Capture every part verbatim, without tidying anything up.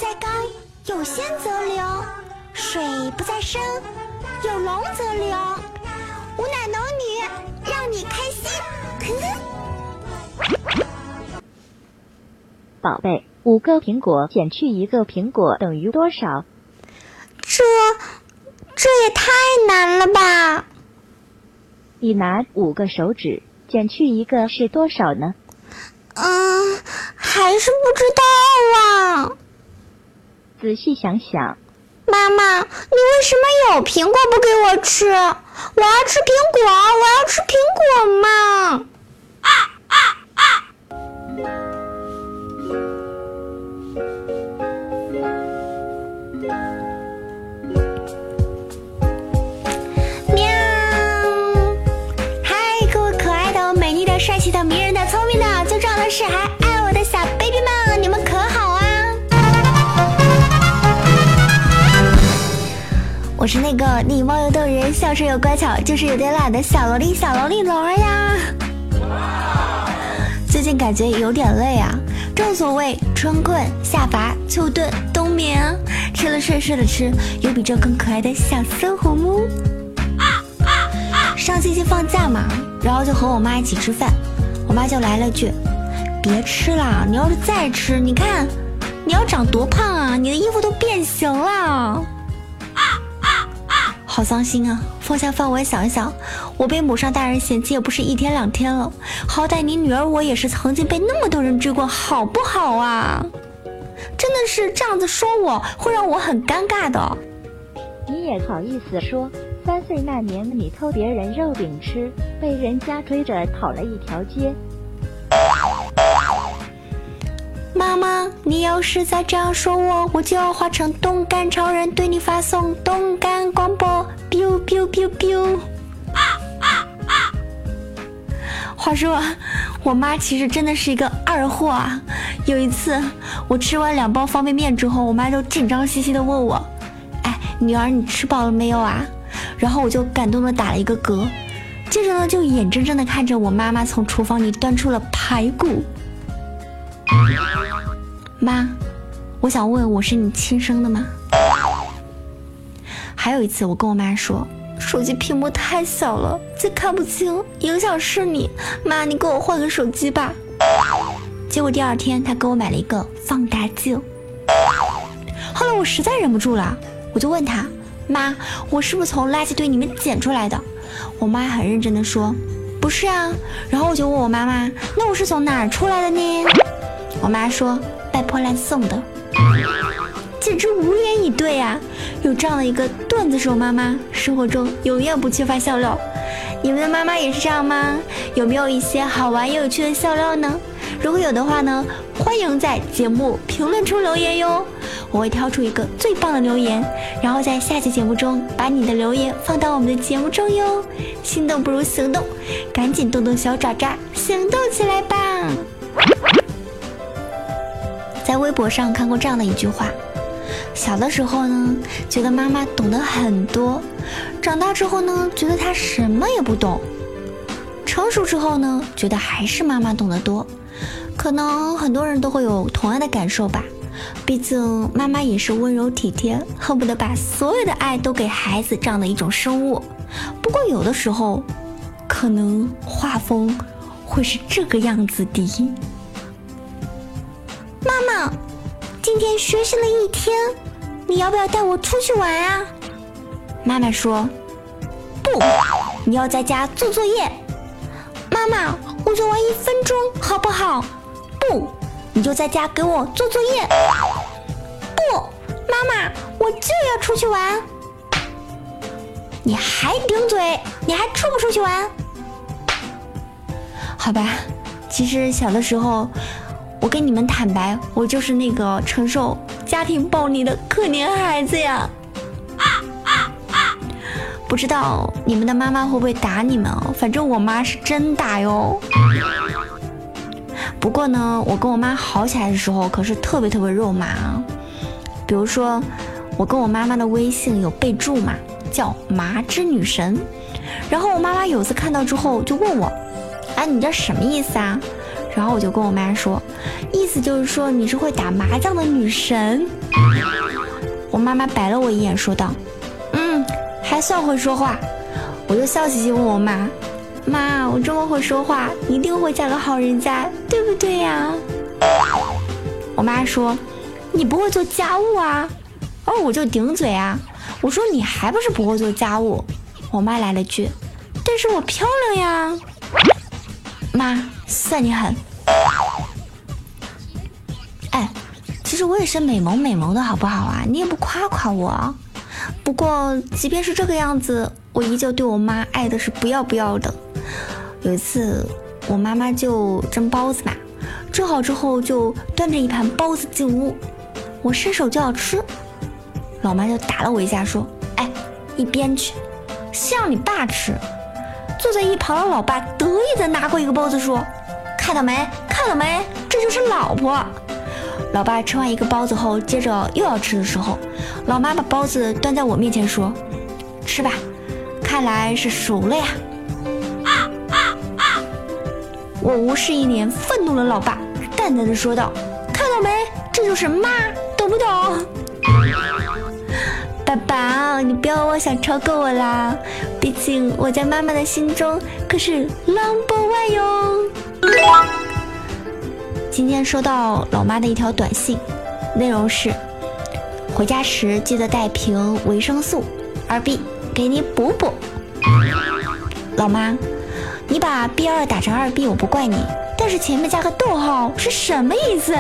在高，有仙则流；水不在深，有龙则流。吾乃能女，让你开心。 宝贝，五个苹果减去一个苹果等于多少？ 这这也太难了吧！ 你拿五个手指减去一个是多少呢？ 嗯，还是不知道啊。 仔细想想。 妈妈，你为什么有苹果不给我吃？我要吃苹果，我要吃苹果嘛！啊啊啊！喵！嗨，各位可爱的、美丽的、帅气的、迷人的、聪明的、最重要的是还爱我的小 baby 们，你们可好啊？我是那个礼貌又逗人，笑声又乖巧，就是有点懒的小萝莉小萝莉龙儿呀。最近感觉有点累啊，正所谓春困夏乏秋炖冬眠啊，吃了睡，睡了吃，有比这更可爱的小生活吗？上星期放假嘛，然后就和我妈一起吃饭，我妈就来了句：别吃了，你要是再吃，你看你要长多胖啊，你的衣服都变形了。好伤心啊！放下饭我想一想，我被母上大人嫌弃也不是一天两天了，好歹你女儿我也是曾经被那么多人追过，好不好啊？真的是这样子说我会让我很尴尬的。 你也好意思说，三岁那年你偷别人肉饼吃，被人家追着跑了一条街。 妈妈，你要是再这样说我，我就要化成动感超人，对你发送动感广播 biu biu biu biu。 话说我妈其实真的是一个二货啊。有一次我吃完两包方便面之后，我妈就紧张兮兮的问我，哎，女儿你吃饱了没有啊？然后我就感动的打了一个嗝，接着呢就眼睁睁的看着我妈妈从厨房里端出了排骨。妈，我想问，我是你亲生的吗？还有一次我跟我妈说，手机屏幕太小了，字看不清，影响视力，妈你给我换个手机吧。结果第二天她给我买了一个放大镜。后来我实在忍不住了，我就问她，妈，我是不是从垃圾堆里面捡出来的？我妈很认真的说，不是啊。然后我就问我妈妈，那我是从哪儿出来的呢？我妈说，拜破烂送的。简直无言以对啊！有这样的一个段子手妈妈，生活中永远不缺乏笑料。你们的妈妈也是这样吗？有没有一些好玩又有趣的笑料呢？如果有的话呢，欢迎在节目评论处留言哟，我会挑出一个最棒的留言，然后在下期节目中把你的留言放到我们的节目中哟。心动不如行动，赶紧动动小爪爪，行动起来吧！在微博上看过这样的一句话，小的时候呢，觉得妈妈懂得很多，长大之后呢，觉得她什么也不懂，成熟之后呢，觉得还是妈妈懂得多。可能很多人都会有同样的感受吧，毕竟妈妈也是温柔体贴，恨不得把所有的爱都给孩子这样的一种生物。不过有的时候，可能画风会是这个样子的。妈妈，今天学习了一天，你要不要带我出去玩啊？妈妈说，不，你要在家做作业。妈妈，我就玩一分钟好不好？不，你就在家给我做作业。不，妈妈，我就要出去玩。你还顶嘴，你还出不出去玩？好吧，其实小的时候，我跟你们坦白，我就是那个承受家庭暴力的可怜孩子呀。不知道你们的妈妈会不会打你们哦？反正我妈是真打哟。不过呢，我跟我妈好起来的时候可是特别特别肉麻啊。比如说我跟我妈妈的微信有备注嘛，叫麻之女神。然后我妈妈有次看到之后就问我，哎，你这什么意思啊？ 然后我就跟我妈说，意思就是说你是会打麻将的女神。我妈妈白了我一眼说道，嗯，还算会说话。我就笑嘻嘻问我妈，妈，我这么会说话，一定会嫁个好人家，对不对呀？我妈说，你不会做家务啊。哦，我就顶嘴啊，我说你还不是不会做家务。我妈来了句，但是我漂亮呀。妈，算你狠。哎，其实我也是美萌美萌的好不好啊？你也不夸夸我。不过即便是这个样子，我依旧对我妈爱的是不要不要的。有一次我妈妈就蒸包子嘛，蒸好之后就端着一盘包子进屋，我伸手就要吃，老妈就打了我一下说，哎，一边去，先让你爸吃。坐在一旁的老爸得意的拿过一个包子说，看到没看到没，这就是老婆。老爸吃完一个包子后，接着又要吃的时候，老妈把包子端在我面前说，吃吧，看来是熟了呀。我无视一脸愤怒的老爸，淡淡的说道，看到没，这就是妈，懂不懂？爸爸，你不要妄想超过我啦，毕竟我在妈妈的心中可是 number one 哟。今天收到老妈的一条短信，内容是，回家时记得带瓶维生素，二 B 给你补补。老妈，你把 B 二 打成二 B 我不怪你，但是前面加个逗号是什么意思？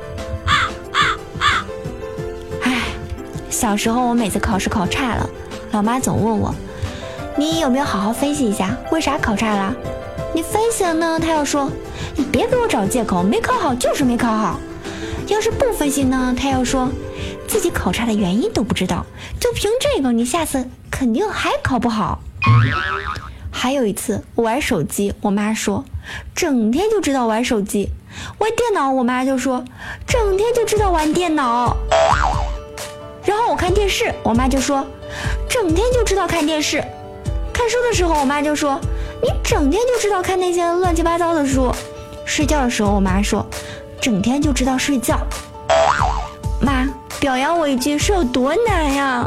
唉，小时候我每次考试考差了，老妈总问我，你有没有好好分析一下为啥考差了？你分析了呢，她要说，你别给我找借口，没考好就是没考好。要是不分析呢，她要说自己考差的原因都不知道，就凭这个你下次肯定还考不好。还有一次我玩手机，我妈说整天就知道玩手机，玩电脑我妈就说整天就知道玩电脑。然后我看电视，我妈就说整天就知道看电视。看书的时候我妈就说你整天就知道看那些乱七八糟的书。睡觉的时候我妈说整天就知道睡觉。妈，表扬我一句是有多难呀？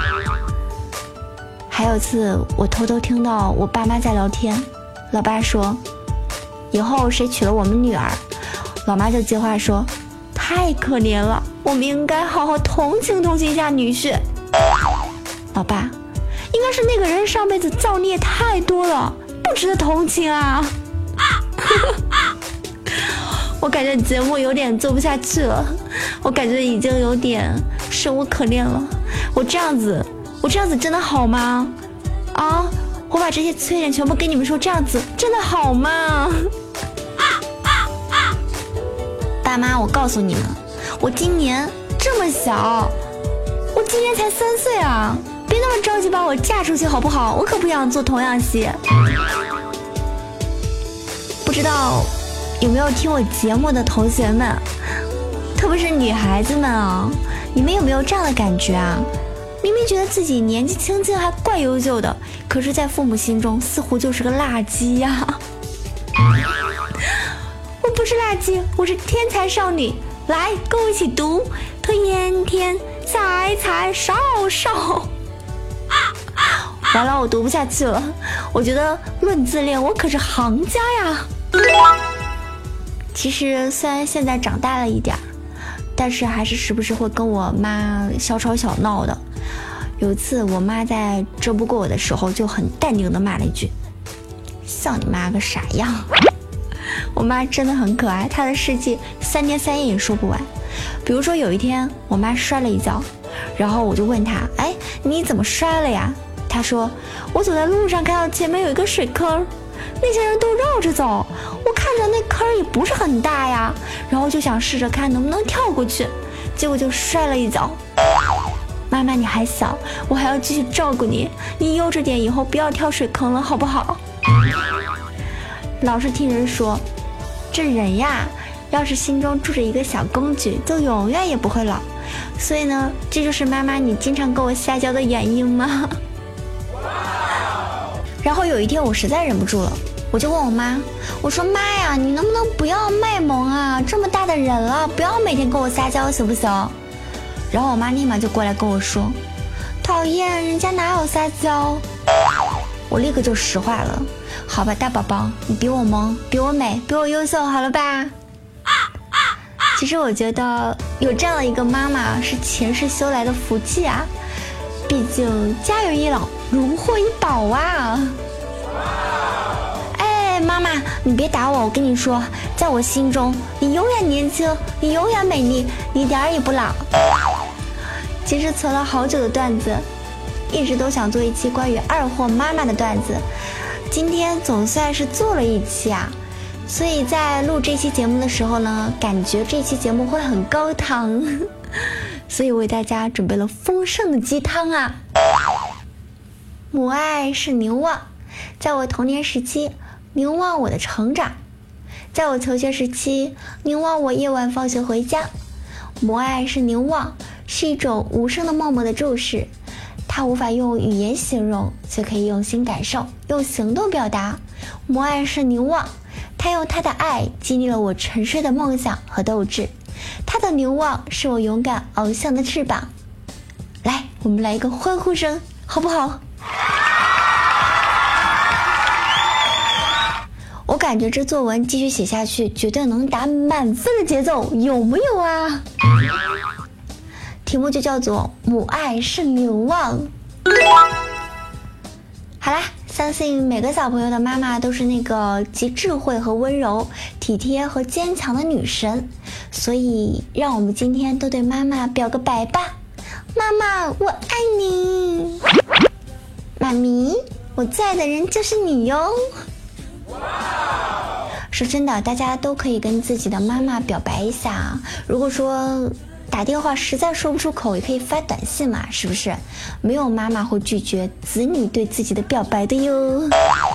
还有次我偷偷听到我爸妈在聊天，老爸说以后谁娶了我们女儿，老妈就接话说太可怜了，我们应该好好同情同情一下女婿。老爸，应该是那个人上辈子造孽太多了，不值得同情啊。我感觉节目有点做不下去了，我感觉已经有点生无可恋了。我这样子我这样子真的好吗？啊，我把这些缺点全部跟你们说，这样子真的好吗？爸妈，我告诉你们，我今年这么小，我今年才三岁啊，别那么着急把我嫁出去好不好？我可不想做童养媳。不知道有没有听我节目的同学们，特别是女孩子们啊，你们有没有这样的感觉啊？明明觉得自己年纪轻轻还怪优秀的，可是在父母心中似乎就是个垃圾呀、啊。我不是垃圾，我是天才少女。来，跟我一起读天天才才少少。完了，我读不下去了。我觉得论自恋，我可是行家呀。其实虽然现在长大了一点，但是还是时不时会跟我妈小吵小闹的。有一次我妈在争不过我的时候，就很淡定的骂了一句，像你妈个傻样。我妈真的很可爱，她的事迹三天三夜也说不完。比如说有一天我妈摔了一跤，然后我就问她，哎，你怎么摔了呀？她说，我走在路上看到前面有一个水坑，那些人都绕着走，我看着那坑也不是很大呀，然后就想试着看能不能跳过去，结果就摔了一跤。妈妈，你还小，我还要继续照顾你，你悠着点，以后不要跳水坑了好不好？老是听人说这人呀，要是心中住着一个小公举，就永远也不会老，所以呢，这就是妈妈你经常跟我撒娇的原因吗？然后有一天我实在忍不住了， 我就问我妈，我说妈呀，你能不能不要卖萌啊？这么大的人了，不要每天跟我撒娇行不行？然后我妈立马就过来跟我说，讨厌，人家哪有撒娇？我立刻就石化了。好吧，大宝宝，你比我萌，比我美，比我优秀，好了吧？其实我觉得有这样的一个妈妈是前世修来的福气啊，毕竟家有一老，如获一宝啊。哎，妈妈，你别打我，我跟你说，在我心中，你永远年轻，你永远美丽，你一点儿也不老。其实存了好久的段子，一直都想做一期关于二货妈妈的段子，今天总算是做了一期啊。所以在录这期节目的时候呢，感觉这期节目会很高糖，所以为大家准备了丰盛的鸡汤啊。母爱是凝望，在我童年时期凝望我的成长，在我求学时期凝望我夜晚放学回家。母爱是凝望，是一种无声的默默的注视，它无法用语言形容，却可以用心感受，用行动表达。母爱是凝望，他用他的爱激励了我沉睡的梦想和斗志，他的凝望是我勇敢翱翔的翅膀。来，我们来一个欢呼声，好不好？我感觉这作文继续写下去绝对能打满分的节奏，有没有啊？题目就叫做母爱是凝望。好啦，相信每个小朋友的妈妈都是那个集智慧和温柔、体贴和坚强的女神，所以让我们今天都对妈妈表个白吧。妈妈，我爱你。妈咪，我最爱的人就是你哟。说真的，大家都可以跟自己的妈妈表白一下，如果说打电话实在说不出口，也可以发短信嘛，是不是？没有妈妈会拒绝子女对自己的表白的哟。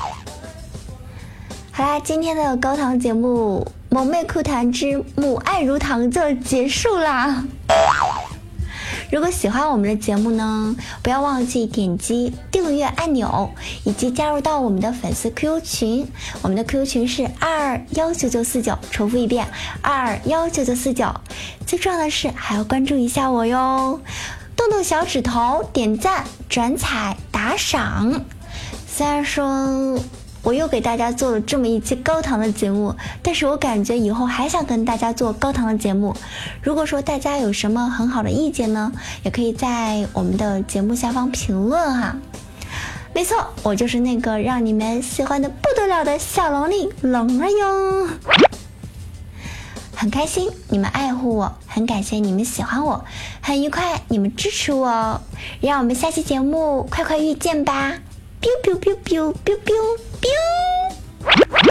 好啦，今天的高糖节目《萌妹酷谈之母爱如糖》就结束啦。如果喜欢我们的节目呢，不要忘记点击订阅按钮，以及加入到我们的粉丝 Q Q 群。我们的 Q Q 群是二一九九四九，重复一遍二一九九四九。最重要的是还要关注一下我哟，动动小指头，点赞、转采、打赏。虽然说我又给大家做了这么一期高糖的节目，但是我感觉以后还想跟大家做高糖的节目。如果说大家有什么很好的意见呢，也可以在我们的节目下方评论哈。没错，我就是那个让你们喜欢的不得了的小龙丽龙儿哟。很开心你们爱护我，很感谢你们喜欢我，很愉快你们支持我，让我们下期节目快快遇见吧。biu biu biu biu biu biu biu。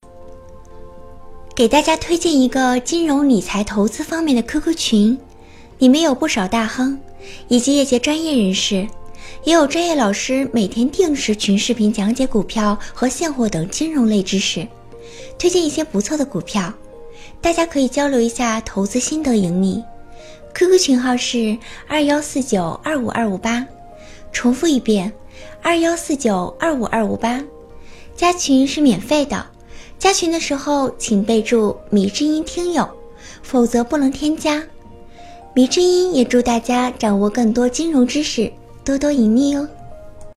给大家推荐一个金融理财投资方面的 Q Q 群，里面有不少大亨以及业界专业人士，也有专业老师每天定时群视频讲解股票和现货等金融类知识，推荐一些不错的股票，大家可以交流一下投资心得盈利。 Q Q 群号是二一四九二五二五八，重复一遍二一四九二五二五八。加群是免费的，加群的时候请备注迷之音听友，否则不能添加。迷之音也祝大家掌握更多金融知识，多多盈利哦。